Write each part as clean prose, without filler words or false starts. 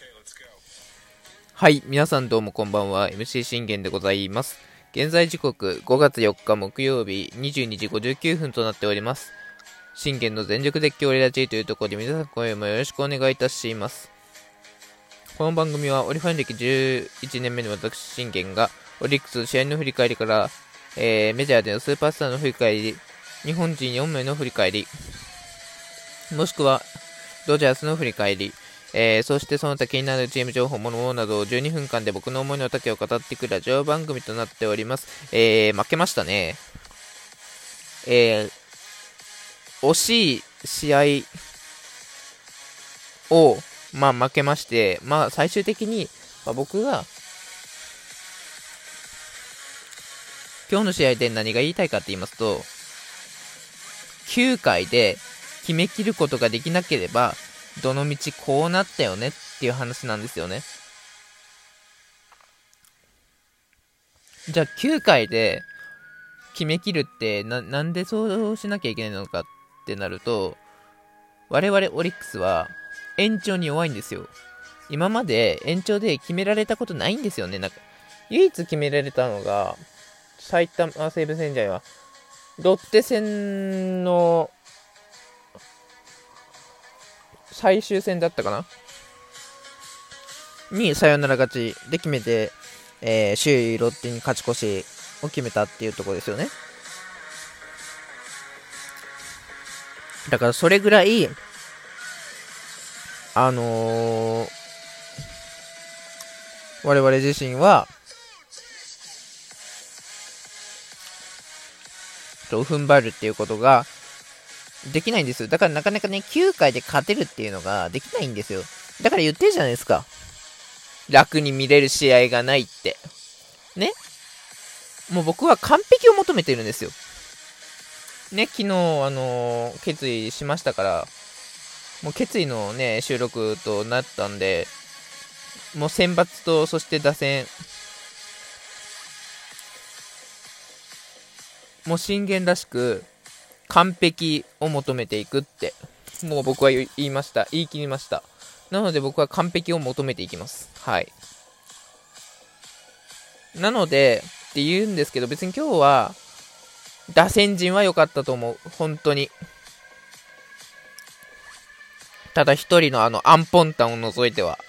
はい、皆さんどうもこんばんは。 MC 信玄でございます。現在時刻5月4日木曜日22時59分となっております。信玄の全力絶叫レラジーというところで皆さん今夜もよろしくお願いいたします。この番組はオリファン歴11年目の私信玄がオリックス試合の振り返りから、メジャーでのスーパースターの振り返り、日本人4名の振り返り、もしくはドジャースの振り返り、そしてその他気になるチーム情報、物などを12分間で僕の思いの丈を語っていくラジオ番組となっております。負けましたね。惜しい試合を、負けまして、最終的に、僕が今日の試合で何が言いたいかって言いますと、9回で決めきることができなければどのみちこうなったよねっていう話なんですよね。じゃあ9回で決めきるってなんでそうしなきゃいけないのかってなると、我々オリックスは延長に弱いんですよ。今まで延長で決められたことないんですよね。唯一決められたのが埼玉西武戦じゃないわ、ロッテ戦の最終戦だったかなにサヨナラ勝ちで決めて、首位ロッテに勝ち越しを決めたっていうところですよね。だからそれぐらい我々自身は踏ん張るっていうことができないんですよ。だからなかなかね、9回で勝てるっていうのができないんですよ。だから言ってるじゃないですか。楽に見れる試合がないって。ね。もう僕は完璧を求めてるんですよ。ね、昨日、決意しましたから、もう決意のね、収録となったんで、もう選抜と、そして打線、もう信玄らしく、完璧を求めていくってもう僕は言い切りました。なので僕は完璧を求めていきます。はい。なのでって言うんですけど、別に今日は打線陣は良かったと思う。本当に。ただ一人のアンポンタンを除いては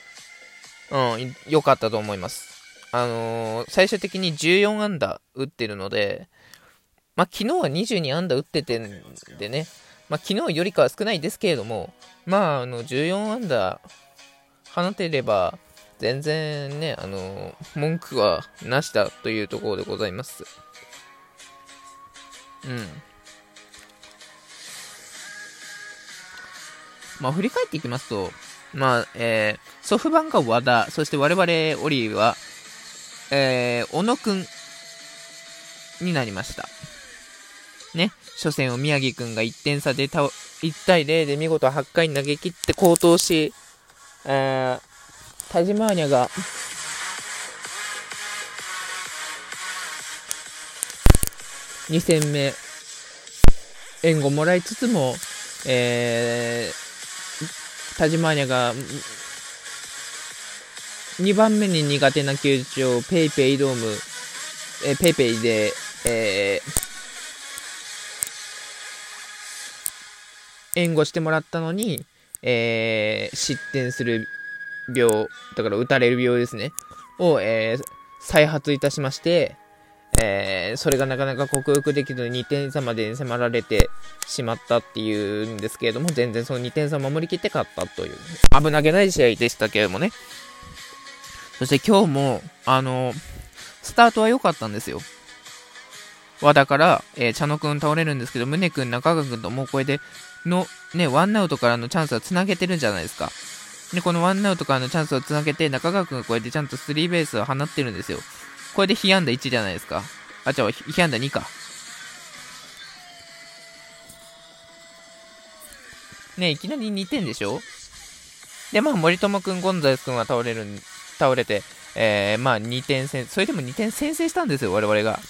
良かったと思います。最終的に14安打打ってるので、昨日は22安打打っててんでね、昨日よりかは少ないですけれども、14安打放てれば、全然ね、文句はなしだというところでございます。振り返っていきますと、ソフトバンクが和田、そして我々オリーは、小野くんになりました。ね、初戦を宮城くんが1点差で1対0で見事8回に投げ切って好投し、田島アニャが2戦目援護もらいつつも、田島アニャが2番目に苦手な球場ペイペイドーム、ペイペイで、援護してもらったのに、失点する病、だから打たれる病ですねを、再発いたしまして、それがなかなか克服できず2点差まで迫られてしまったっていうんですけれども、全然その2点差を守りきって勝ったという危なげない試合でしたけれどもね。そして今日もスタートは良かったんですよ。和田から、茶野くん倒れるんですけど、宗くん、中川くんともうこれでのね、ワンアウトからのチャンスはつなげてるんじゃないですか。で、このワンアウトからのチャンスをつなげて、中川くんがこれでちゃんとスリーベースを放ってるんですよ。これで被安打1じゃないですか。被安打2か。ね、いきなり2点でしょ。で、森友くん、ゴンザレスくんは倒れて、2点それでも2点先制したんですよ、我々が。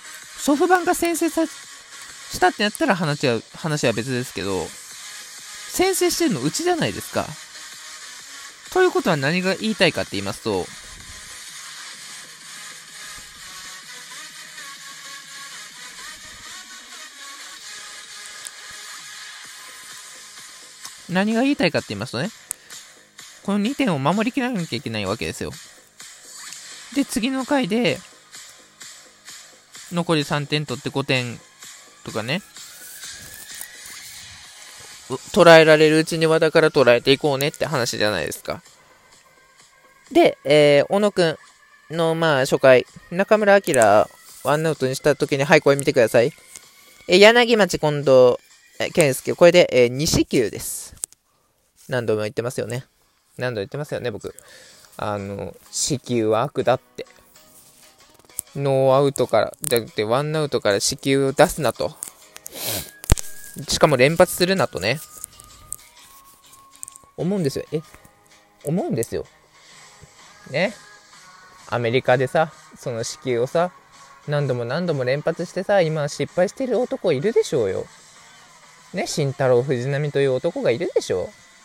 ソフトバンクが先制したってなったら話は別ですけど、 先制してるのうちじゃないですか。ということは何が言いたいかって言いますと、何が言いたいかって言いますとね、この2点を守りきらなきゃいけないわけですよ。で、次の回で、残り3点取って5点とかね、捉えられるうちに和田から捉えていこうねって話じゃないですか。で、小野くんの、初回、中村晃ワンアウトにした時に、はい、これ見てください。柳町近藤健介、これで、2四球です。何度も言ってますよね。僕。四球は悪だって。ノーアウトから、じゃなくてワンアウトから四球を出すなと。しかも連発するなとね。思うんですよ。ね。アメリカでさ、その四球をさ、何度も連発してさ、今失敗してる男いるでしょうよ。ね、慎太郎藤波という男がいるでしょう。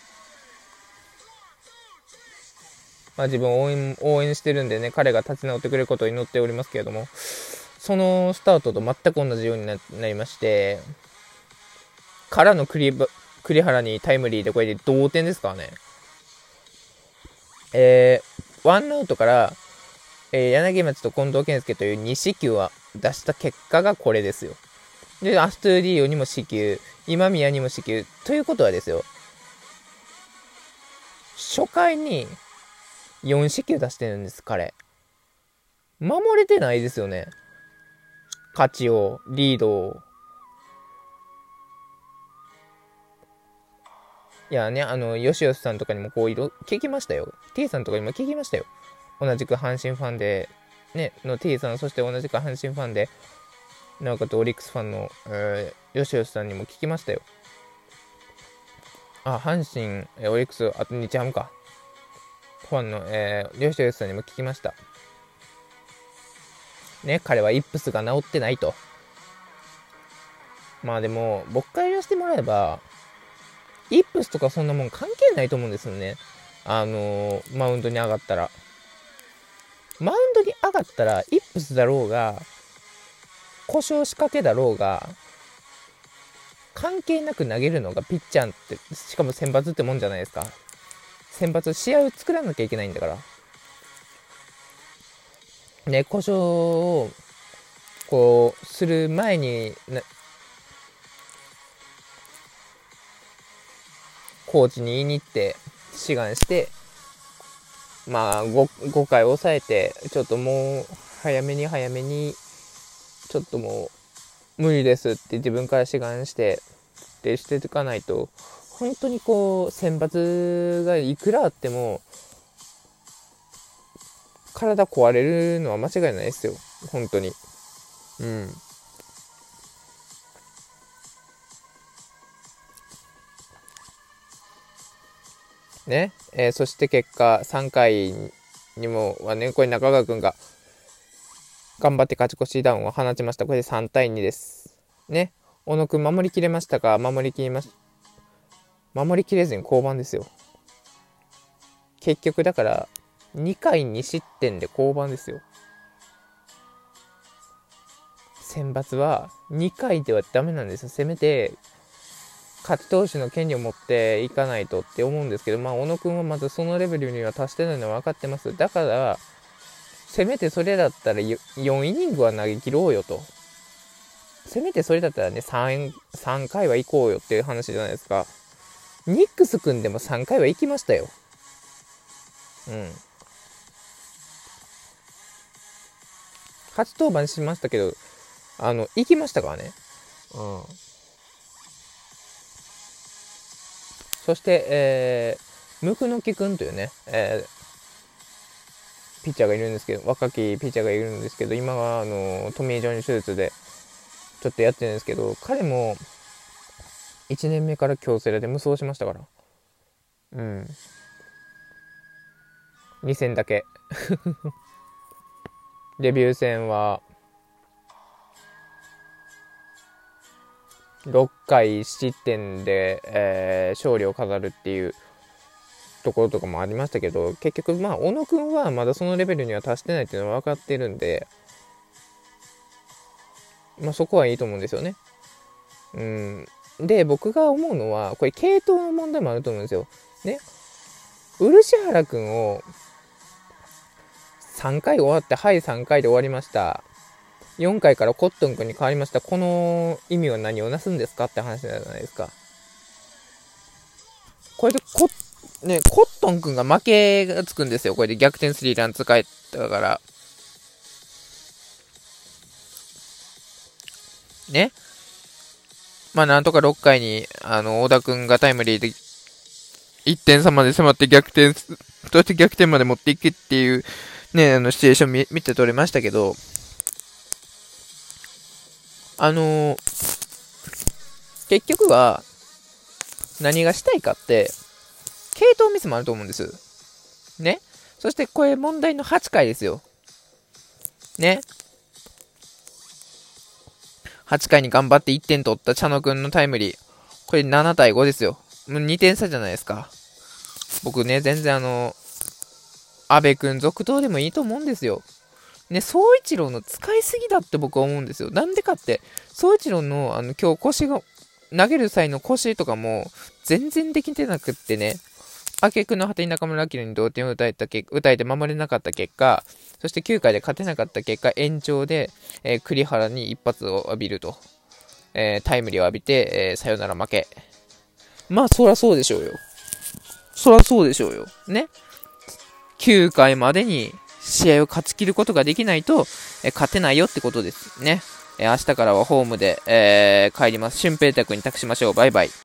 自分応援してるんでね、彼が立ち直ってくれることを祈っておりますけれども、そのスタートと全く同じようになりまして、からの栗原にタイムリーでこれで同点ですからね。ワンアウトから、柳町と近藤健介という2四球は出した結果がこれですよ。で、アストゥディーヨにも四球、今宮にも四球。ということはですよ、初回に4四球出してるんです、彼。守れてないですよね。勝ちを、リードを。いやね、吉さんとかにも聞きましたよ。T さんとかにも聞きましたよ。同じく阪神ファンで、ね、の T さん、そして同じく阪神ファンで、なおかつオリックスファンの、吉さんにも聞きましたよ。阪神、オリックス、あと日ハムか。ファンの、吉さんにも聞きました。ね、彼はイップスが治ってないと。でも、僕から言わせてもらえば、イップスとかそんなもん関係ないと思うんですよね。マウンドに上がったら。イップスだろうが、故障仕掛けだろうが、関係なく投げるのがピッチャーって、しかも先発ってもんじゃないですか。先発、試合を作らなきゃいけないんだから。ね、故障を、する前に、コーチに言いに行って、志願して、5回抑えて、ちょっともう、早めに、ちょっともう、無理ですって自分から志願して、ってしていかないと、本当に選抜がいくらあっても、体壊れるのは間違いないですよ。本当に。うん。ね。そして結果、3回にもはね、これ中川くんが頑張って勝ち越し弾を放ちました。これで3対2です。ね。小野くん守りきれましたか？守りきれずに降板ですよ。結局だから、2回2失点で降板ですよ。選抜は2回ではダメなんですよ。せめて勝ち投手の権利を持っていかないとって思うんですけど、小野くんはまずそのレベルには達してないのは分かってます。だからせめてそれだったら4イニングは投げ切ろうよと。せめてそれだったらね、3回は行こうよっていう話じゃないですか。ニックスくんでも3回は行きましたよ。うん。初登板しましたけど、行きましたからね。うん。そして、ムクノキくんというね、ピッチャーがいるんですけど、若きピッチャーがいるんですけど、今はトミー・ジョン手術でちょっとやってるんですけど、彼も1年目から京セラで無双しましたから。うん。2戦だけ。デビュー戦は、 6回失点で、勝利を飾るっていうところとかもありましたけど、結局小野くんはまだそのレベルには達してないっていうのは分かってるんで、そこはいいと思うんですよね。で、僕が思うのはこれ系統の問題もあると思うんですよね。漆原くんを3回終わって、はい3回で終わりました、4回からコットンくんに変わりました、この意味は何をなすんですかって話じゃないですか。これでコットンくんが負けがつくんですよ。これで逆転スリーラン使えたからね。なんとか6回に小田くんがタイムリーで1点差まで迫って逆転、そして逆転まで持っていくっていうね、シチュエーション見て取れましたけど、結局は何がしたいかって系統ミスもあると思うんですね。そしてこれ問題の8回ですよね。8回に頑張って1点取った茶野くんのタイムリー、これ7対5ですよ。もう2点差じゃないですか。僕ね、全然阿部くん続投でもいいと思うんですよね。総一郎の使いすぎだって僕は思うんですよ。なんでかって、総一郎の今日腰が投げる際の腰とかも全然できてなくってね、挙句の果てに中村晃に同点を打たれて守れなかった結果、そして9回で勝てなかった結果、延長で、栗原に一発を浴びると、タイムリーを浴びて、サヨナラ負け。そりゃそうでしょうよ。そりゃそうでしょうよ。ね。9回までに試合を勝ち切ることができないと、勝てないよってことですね。明日からはホームで、帰ります。俊平太君に託しましょう。バイバイ。